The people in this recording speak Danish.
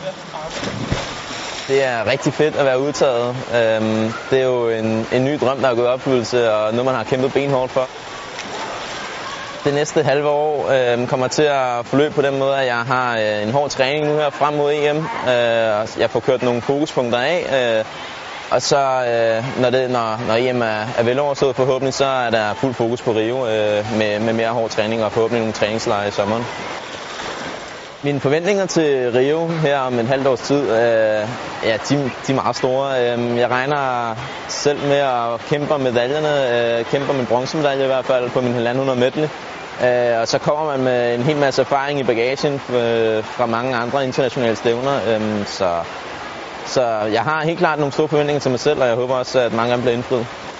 Det er rigtig fedt at være udtaget. Det er jo en ny drøm, der er gået i opfyldelse, og noget, man har kæmpet benhårdt for. Det næste halve år kommer til at forløbe på den måde, at jeg har en hård træning nu her frem mod EM. Jeg får kørt nogle fokuspunkter af, og så når EM er veloverstået forhåbentlig, så er der fuld fokus på Rio med mere hård træning og forhåbentlig nogle træningslejre i sommeren. Mine forventninger til Rio her om en halvt års tid, de er meget store. Jeg regner selv med at kæmpe om medaljerne, kæmpe om en bronzemedalje i hvert fald på min 1.500 medley. Og så kommer man med en hel masse erfaring i bagagen fra mange andre internationale stævner. Så jeg har helt klart nogle store forventninger til mig selv, og jeg håber også, at mange af dem bliver indfriet.